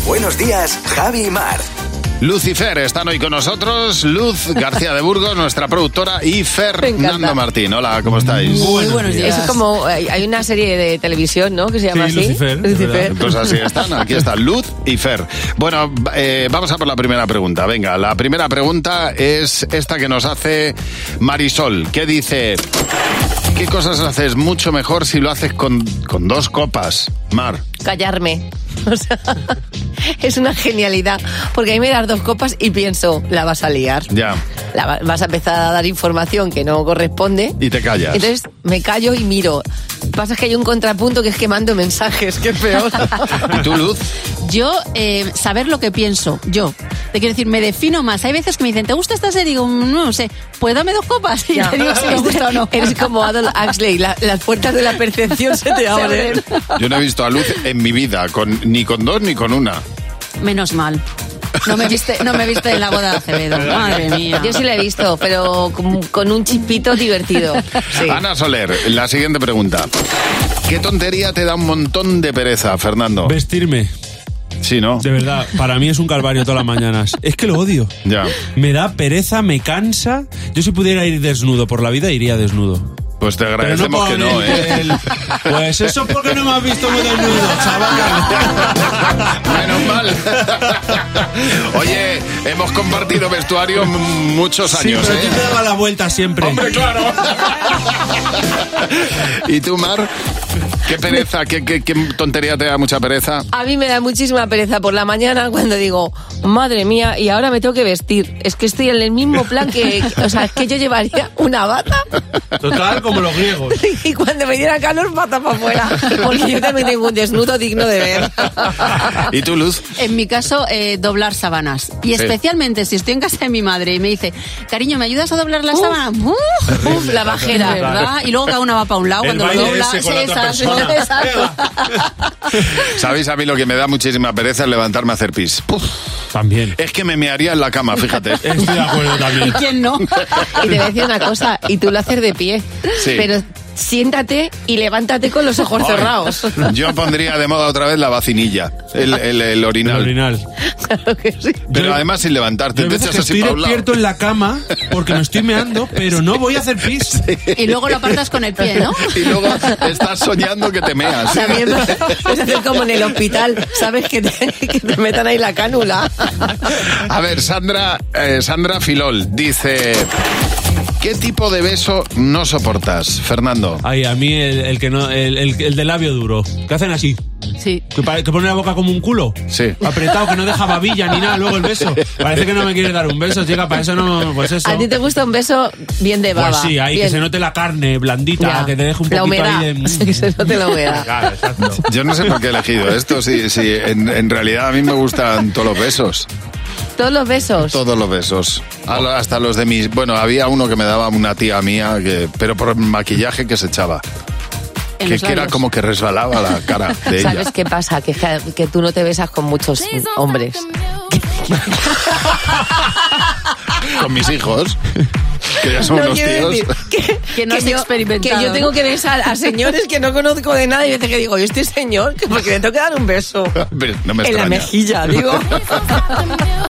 Buenos días, Javi y Mar. Lucifer están hoy con nosotros, Luz García de Burgos, nuestra productora, y Fernando Martín. Hola, ¿cómo estáis? Muy buenos días. Es como, hay una serie de televisión, ¿no?, que se llama así. Lucifer. Pues así están, aquí está Luz y Fer. Bueno, vamos a por la primera pregunta. Venga, la primera pregunta es esta que nos hace Marisol, que dice: ¿qué cosas haces mucho mejor si lo haces con 2 copas, Mar? Callarme. O sea, es una genialidad. Porque a mí me das 2 copas y pienso, la vas a liar. Ya. Vas a empezar a dar información que no corresponde. Y te callas. Entonces me callo y miro. Pasa que hay un contrapunto que es que mando mensajes, que es peor. ¿Y tú, Luz? Yo, saber lo que pienso, yo. Te quiero decir, me defino más. Hay veces que me dicen, ¿te gusta esta serie? Digo, no sé, ¿pues dame 2 copas? Y Ya. te digo si me gusta o no. Eres como Adolf Huxley, las puertas de la percepción se te abren. Yo no he visto a Luz en mi vida, ni con 2 ni con 1. Menos mal. No me viste en la boda de Acevedo. Madre mía. Yo sí la he visto, pero con un chipito divertido. Sí. Ana Soler, la siguiente pregunta. ¿Qué tontería te da un montón de pereza, Fernando? Vestirme. Sí, ¿no? De verdad, para mí es un calvario todas las mañanas. Es que lo odio. Ya. Me da pereza, me cansa. Yo si pudiera ir desnudo por la vida, iría desnudo. Pues te agradecemos que no, ¿eh? Pues eso es porque no me has visto muy desnudo, chaval. Menos mal. Oye, hemos compartido vestuario muchos años, sí, pero tú te dabas la vuelta siempre. ¡Hombre, claro! ¿Y tú, Mar? ¿Qué pereza, qué tontería te da mucha pereza? A mí me da muchísima pereza por la mañana cuando digo, madre mía, y ahora me tengo que vestir. Es que estoy en el mismo plan o sea, es que yo llevaría una bata. Total, como los griegos. Y cuando me diera calor, pata para afuera. Porque yo también tengo un desnudo digno de ver. ¿Y tú, Luz? En mi caso, doblar sábanas. Y especialmente si estoy en casa de mi madre y me dice, cariño, ¿me ayudas a doblar las sábanas? La bajera, ¿verdad? Y luego cada una va para un lado El cuando lo baile dobla. ese con la otra persona. Exacto. ¿Sabéis a mí lo que me da muchísima pereza es levantarme a hacer pis? Puf. También. Es que me mearía en la cama, fíjate. Estoy de acuerdo también. ¿Y quién no? Y te voy a decir una cosa, y tú lo haces de pie. Sí. Pero siéntate y levántate con los ojos cerrados. Yo pondría de moda otra vez la vacinilla, el orinal. El orinal. Claro que sí. Pero Yo- además sin levantarte, Hay te veces echas que así estoy para un lado. despierto en la cama porque me estoy meando, pero no voy a hacer pis. Y luego lo apartas con el pie, ¿no? Y luego estás soñando que te meas. También puedes hacer como en el hospital, ¿sabes? Que te metan ahí la cánula. A ver, Sandra Filol dice: ¿qué tipo de beso no soportas, Fernando? Ay, a mí el que no, el de labio duro. Que hacen así. Sí. Que pone la boca como un culo. Sí. Apretado, que no deja babilla ni nada, luego el beso. Parece que no me quiere dar un beso, chica, para eso no, pues eso. ¿A ti te gusta un beso bien de baba? Pues sí, ahí bien. que se note la carne blandita, Ya. que te deje un la poquito humedad, ahí de... que se note la humedad. Claro, exacto. Yo no sé por qué he elegido esto, sí, en realidad a mí me gustan todos los besos. Todos los besos. Todos los besos. Hasta los de mis... Bueno, había uno que me daba una tía mía, pero por maquillaje que se echaba. En Que los era labios. como que resbalaba la cara de ella. ¿Sabes qué pasa? Que tú no te besas con muchos hombres. Con mis hijos, que ya son No, unos quiero tíos. decir Que no has experimentado, Que yo tengo ¿no? que besar a señores que no conozco de nada y veces que digo, ¿y este señor? Porque le tengo que dar un beso Pero no me en la extraña. mejilla, digo.